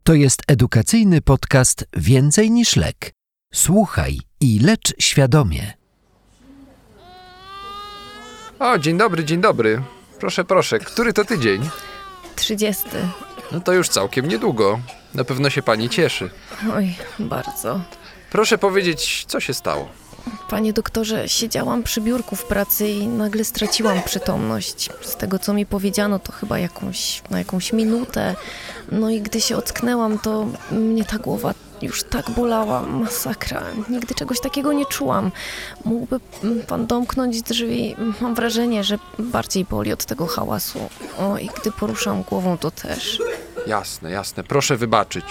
To jest edukacyjny podcast Więcej niż lek. Słuchaj i lecz świadomie. O, dzień dobry. Proszę, który to tydzień? 30. No to już całkiem niedługo. Na pewno się pani cieszy. Oj, bardzo. Proszę powiedzieć, co się stało? Panie doktorze, siedziałam przy biurku w pracy i nagle straciłam przytomność. Z tego, co mi powiedziano, to chyba jakąś minutę. No i gdy się ocknęłam, to mnie ta głowa już tak bolała. Masakra. Nigdy czegoś takiego nie czułam. Mógłby pan domknąć drzwi? Mam wrażenie, że bardziej boli od tego hałasu. O, i gdy poruszam głową, to też. Jasne. Proszę wybaczyć.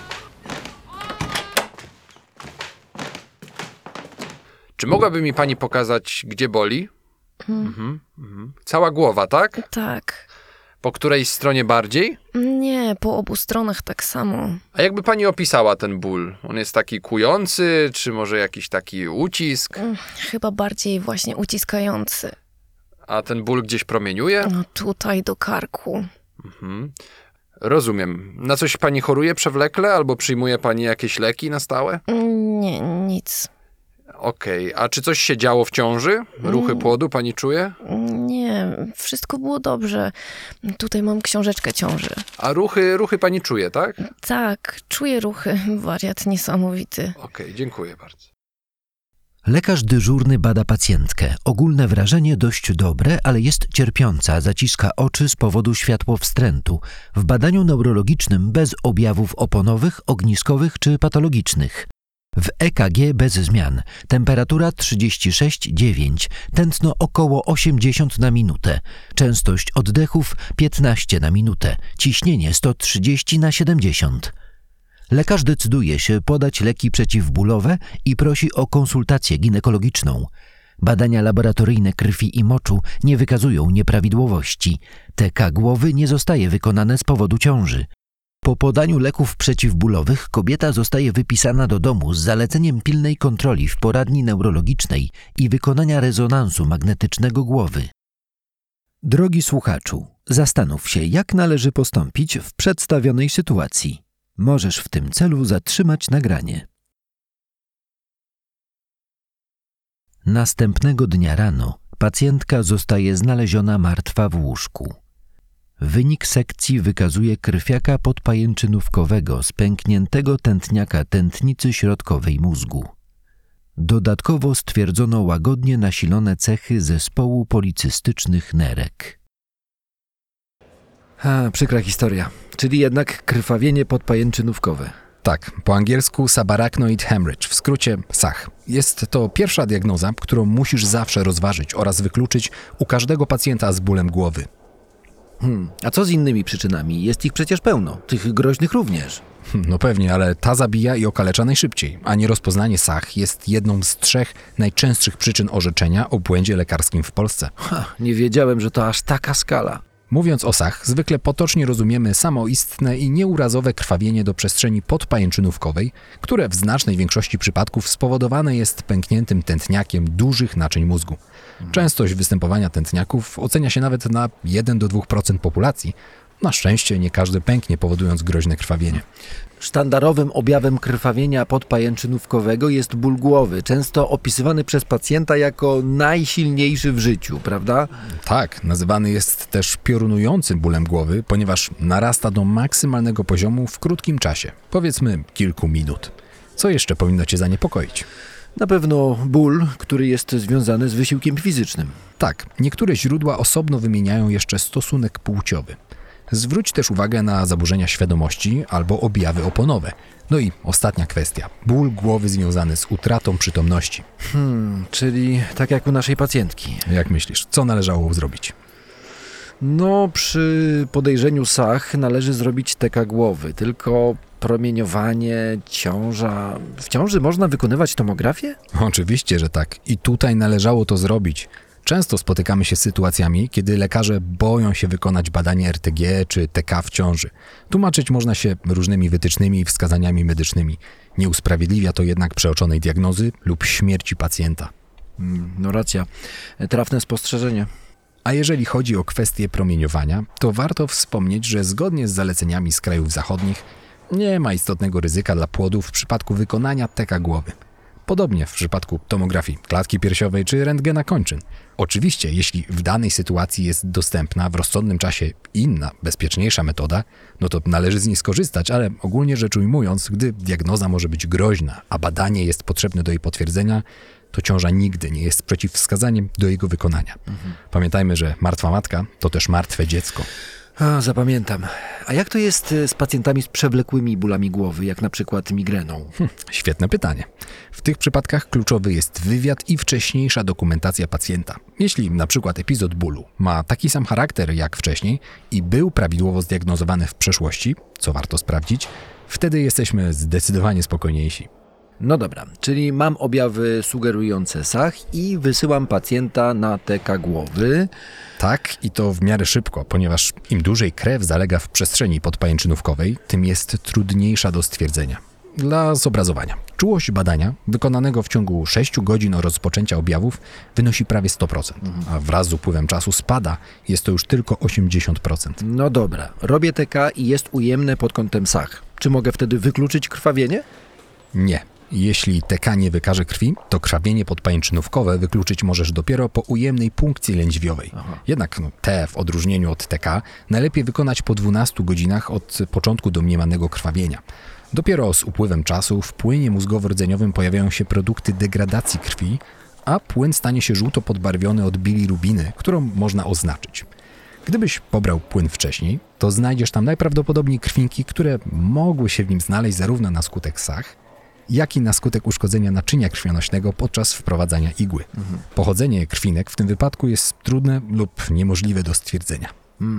Czy mogłaby mi pani pokazać, gdzie boli? Cała głowa, tak? Tak. Po której stronie bardziej? Nie, po obu stronach tak samo. A jakby pani opisała ten ból? On jest taki kłujący, czy może jakiś taki ucisk? Chyba bardziej właśnie uciskający. A ten ból gdzieś promieniuje? No tutaj do karku. Rozumiem. Na coś pani choruje przewlekle, albo przyjmuje pani jakieś leki na stałe? Nie, nic. Okej. A czy coś się działo w ciąży? Ruchy płodu pani czuje? Nie, wszystko było dobrze. Tutaj mam książeczkę ciąży. A ruchy pani czuje, tak? Tak, czuję ruchy. Wariat niesamowity. Okej, dziękuję bardzo. Lekarz dyżurny bada pacjentkę. Ogólne wrażenie dość dobre, ale jest cierpiąca. Zaciska oczy z powodu światłowstrętu. W badaniu neurologicznym bez objawów oponowych, ogniskowych czy patologicznych. W EKG bez zmian. Temperatura 36,9. Tętno około 80 na minutę. Częstość oddechów 15 na minutę. Ciśnienie 130 na 70. Lekarz decyduje się podać leki przeciwbólowe i prosi o konsultację ginekologiczną. Badania laboratoryjne krwi i moczu nie wykazują nieprawidłowości. TK głowy nie zostaje wykonane z powodu ciąży. Po podaniu leków przeciwbólowych kobieta zostaje wypisana do domu z zaleceniem pilnej kontroli w poradni neurologicznej i wykonania rezonansu magnetycznego głowy. Drogi słuchaczu, zastanów się, jak należy postąpić w przedstawionej sytuacji. Możesz w tym celu zatrzymać nagranie. Następnego dnia rano pacjentka zostaje znaleziona martwa w łóżku. Wynik sekcji wykazuje krwiaka podpajęczynówkowego z pękniętego tętniaka tętnicy środkowej mózgu. Dodatkowo stwierdzono łagodnie nasilone cechy zespołu policystycznych nerek. Przykra historia, czyli jednak krwawienie podpajęczynówkowe. Tak, po angielsku subarachnoid hemorrhage, w skrócie SAH. Jest to pierwsza diagnoza, którą musisz zawsze rozważyć oraz wykluczyć u każdego pacjenta z bólem głowy. A co z innymi przyczynami? Jest ich przecież pełno, tych groźnych również. No pewnie, ale ta zabija i okalecza najszybciej, a nierozpoznanie SAH jest jedną z 3 najczęstszych przyczyn orzeczenia o błędzie lekarskim w Polsce. Nie wiedziałem, że to aż taka skala. Mówiąc o SAH, zwykle potocznie rozumiemy samoistne i nieurazowe krwawienie do przestrzeni podpajęczynówkowej, które w znacznej większości przypadków spowodowane jest pękniętym tętniakiem dużych naczyń mózgu. Częstość występowania tętniaków ocenia się nawet na 1-2% populacji. Na szczęście nie każdy pęknie, powodując groźne krwawienie. Sztandarowym objawem krwawienia podpajęczynówkowego jest ból głowy, często opisywany przez pacjenta jako najsilniejszy w życiu, prawda? Tak, nazywany jest też piorunującym bólem głowy, ponieważ narasta do maksymalnego poziomu w krótkim czasie, powiedzmy kilku minut. Co jeszcze powinno Cię zaniepokoić? Na pewno ból, który jest związany z wysiłkiem fizycznym. Tak, niektóre źródła osobno wymieniają jeszcze stosunek płciowy. Zwróć też uwagę na zaburzenia świadomości albo objawy oponowe. No i ostatnia kwestia. Ból głowy związany z utratą przytomności. Czyli tak jak u naszej pacjentki. Jak myślisz, co należało zrobić? No, przy podejrzeniu SAH należy zrobić TK głowy, tylko promieniowanie, ciąża... W ciąży można wykonywać tomografię? Oczywiście, że tak. I tutaj należało to zrobić. Często spotykamy się z sytuacjami, kiedy lekarze boją się wykonać badanie RTG czy TK w ciąży. Tłumaczyć można się różnymi wytycznymi i wskazaniami medycznymi. Nie usprawiedliwia to jednak przeoczonej diagnozy lub śmierci pacjenta. No racja. Trafne spostrzeżenie. A jeżeli chodzi o kwestię promieniowania, to warto wspomnieć, że zgodnie z zaleceniami z krajów zachodnich Nie ma istotnego ryzyka dla płodu w przypadku wykonania TK głowy. Podobnie w przypadku tomografii klatki piersiowej czy rentgena kończyn. Oczywiście, jeśli w danej sytuacji jest dostępna w rozsądnym czasie inna, bezpieczniejsza metoda, no to należy z niej skorzystać, ale ogólnie rzecz ujmując, gdy diagnoza może być groźna, a badanie jest potrzebne do jej potwierdzenia, to ciąża nigdy nie jest przeciwwskazaniem do jego wykonania. Pamiętajmy, że martwa matka to też martwe dziecko. Zapamiętam. A jak to jest z pacjentami z przewlekłymi bólami głowy, jak na przykład migreną? Świetne pytanie. W tych przypadkach kluczowy jest wywiad i wcześniejsza dokumentacja pacjenta. Jeśli na przykład epizod bólu ma taki sam charakter jak wcześniej i był prawidłowo zdiagnozowany w przeszłości, co warto sprawdzić, wtedy jesteśmy zdecydowanie spokojniejsi. No dobra, czyli mam objawy sugerujące SAH i wysyłam pacjenta na TK głowy. Tak, i to w miarę szybko, ponieważ im dłużej krew zalega w przestrzeni podpajęczynówkowej, tym jest trudniejsza do stwierdzenia. Dla zobrazowania. Czułość badania, wykonanego w ciągu 6 godzin od rozpoczęcia objawów, wynosi prawie 100%, a wraz z upływem czasu spada, jest to już tylko 80%. No dobra, robię TK i jest ujemne pod kątem SAH. Czy mogę wtedy wykluczyć krwawienie? Nie. Jeśli TK nie wykaże krwi, to krwawienie podpajęczynówkowe wykluczyć możesz dopiero po ujemnej punkcji lędźwiowej. Jednak te w odróżnieniu od TK najlepiej wykonać po 12 godzinach od początku domniemanego krwawienia. Dopiero z upływem czasu w płynie mózgowo-rdzeniowym pojawiają się produkty degradacji krwi, a płyn stanie się żółto podbarwiony od bilirubiny, którą można oznaczyć. Gdybyś pobrał płyn wcześniej, to znajdziesz tam najprawdopodobniej krwinki, które mogły się w nim znaleźć zarówno na skutek SAH, jak i na skutek uszkodzenia naczynia krwionośnego podczas wprowadzania igły. Pochodzenie krwinek w tym wypadku jest trudne lub niemożliwe do stwierdzenia.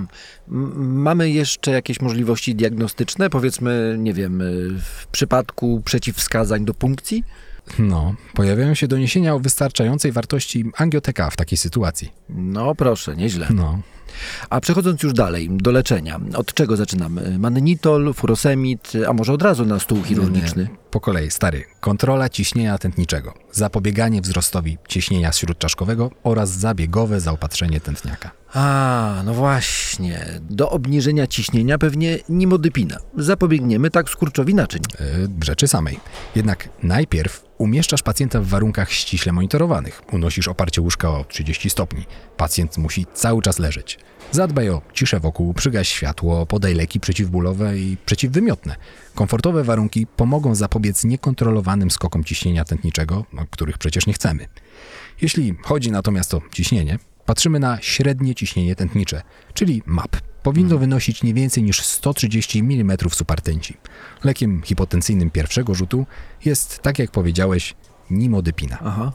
Mamy jeszcze jakieś możliwości diagnostyczne, powiedzmy, nie wiem, w przypadku przeciwwskazań do punkcji? Pojawiają się doniesienia o wystarczającej wartości angioteka w takiej sytuacji. No proszę, nieźle. A przechodząc już dalej, do leczenia. Od czego zaczynam? Mannitol, furosemid, a może od razu na stół chirurgiczny? Nie. Po kolei, stary. Kontrola ciśnienia tętniczego, zapobieganie wzrostowi ciśnienia śródczaszkowego oraz zabiegowe zaopatrzenie tętniaka. No właśnie. Do obniżenia ciśnienia pewnie nimodypina. Zapobiegniemy tak skurczowi naczyń. Rzeczy samej. Jednak najpierw umieszczasz pacjenta w warunkach ściśle monitorowanych. Unosisz oparcie łóżka o 30 stopni. Pacjent musi cały czas leżeć. Zadbaj o ciszę wokół, przygaś światło, podaj leki przeciwbólowe i przeciwwymiotne. Komfortowe warunki pomogą zapobiec niekontrolowanym skokom ciśnienia tętniczego, których przecież nie chcemy. Jeśli chodzi natomiast o ciśnienie, patrzymy na średnie ciśnienie tętnicze, czyli MAP. Powinno wynosić nie więcej niż 130 mm supartęci. Lekiem hipotensyjnym pierwszego rzutu jest, tak jak powiedziałeś, nimodypina.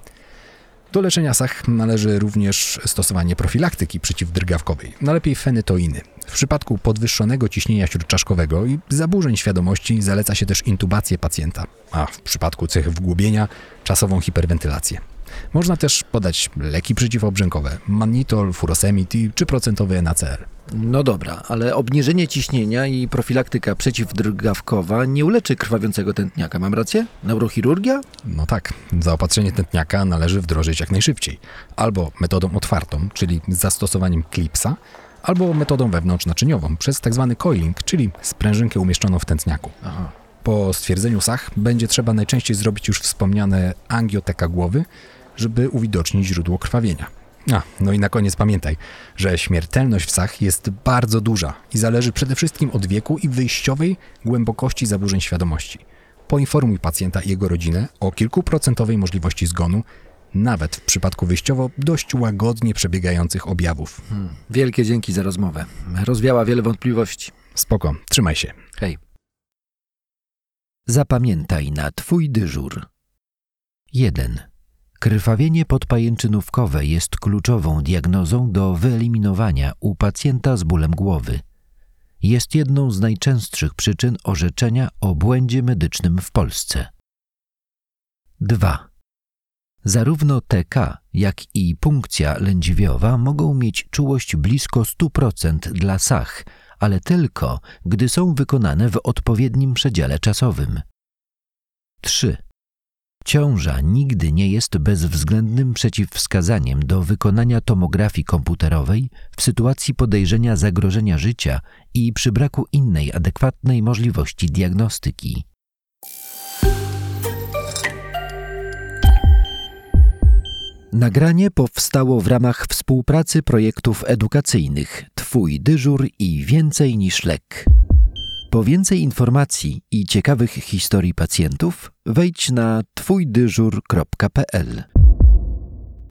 Do leczenia SAH należy również stosowanie profilaktyki przeciwdrgawkowej, najlepiej fenytoiny. W przypadku podwyższonego ciśnienia śródczaszkowego i zaburzeń świadomości zaleca się też intubację pacjenta, a w przypadku cech wgłubienia czasową hiperwentylację. Można też podać leki przeciwobrzękowe, mannitol, furosemid i 3% NaCl. No dobra, ale obniżenie ciśnienia i profilaktyka przeciwdrgawkowa nie uleczy krwawiącego tętniaka, mam rację? Neurochirurgia? No tak, zaopatrzenie tętniaka należy wdrożyć jak najszybciej. Albo metodą otwartą, czyli z zastosowaniem klipsa, albo metodą wewnątrznaczyniową przez tzw. coiling, czyli sprężynkę umieszczoną w tętniaku. Po stwierdzeniu SAH będzie trzeba najczęściej zrobić już wspomniane angioteka głowy, żeby uwidocznić źródło krwawienia. No i na koniec pamiętaj, że śmiertelność w SAH jest bardzo duża i zależy przede wszystkim od wieku i wyjściowej głębokości zaburzeń świadomości. Poinformuj pacjenta i jego rodzinę o kilkuprocentowej możliwości zgonu, nawet w przypadku wyjściowo dość łagodnie przebiegających objawów. Wielkie dzięki za rozmowę. Rozwiała wiele wątpliwości. Spoko, trzymaj się. Hej. Zapamiętaj na twój dyżur. 1. Krwawienie podpajęczynówkowe jest kluczową diagnozą do wyeliminowania u pacjenta z bólem głowy. Jest jedną z najczęstszych przyczyn orzeczenia o błędzie medycznym w Polsce. 2. Zarówno TK, jak i punkcja lędźwiowa mogą mieć czułość blisko 100% dla SAH, ale tylko, gdy są wykonane w odpowiednim przedziale czasowym. 3. Ciąża nigdy nie jest bezwzględnym przeciwwskazaniem do wykonania tomografii komputerowej w sytuacji podejrzenia zagrożenia życia i przy braku innej adekwatnej możliwości diagnostyki. Nagranie powstało w ramach współpracy projektów edukacyjnych Twój dyżur i Więcej niż lek. Po więcej informacji i ciekawych historii pacjentów wejdź na twójdyżur.pl.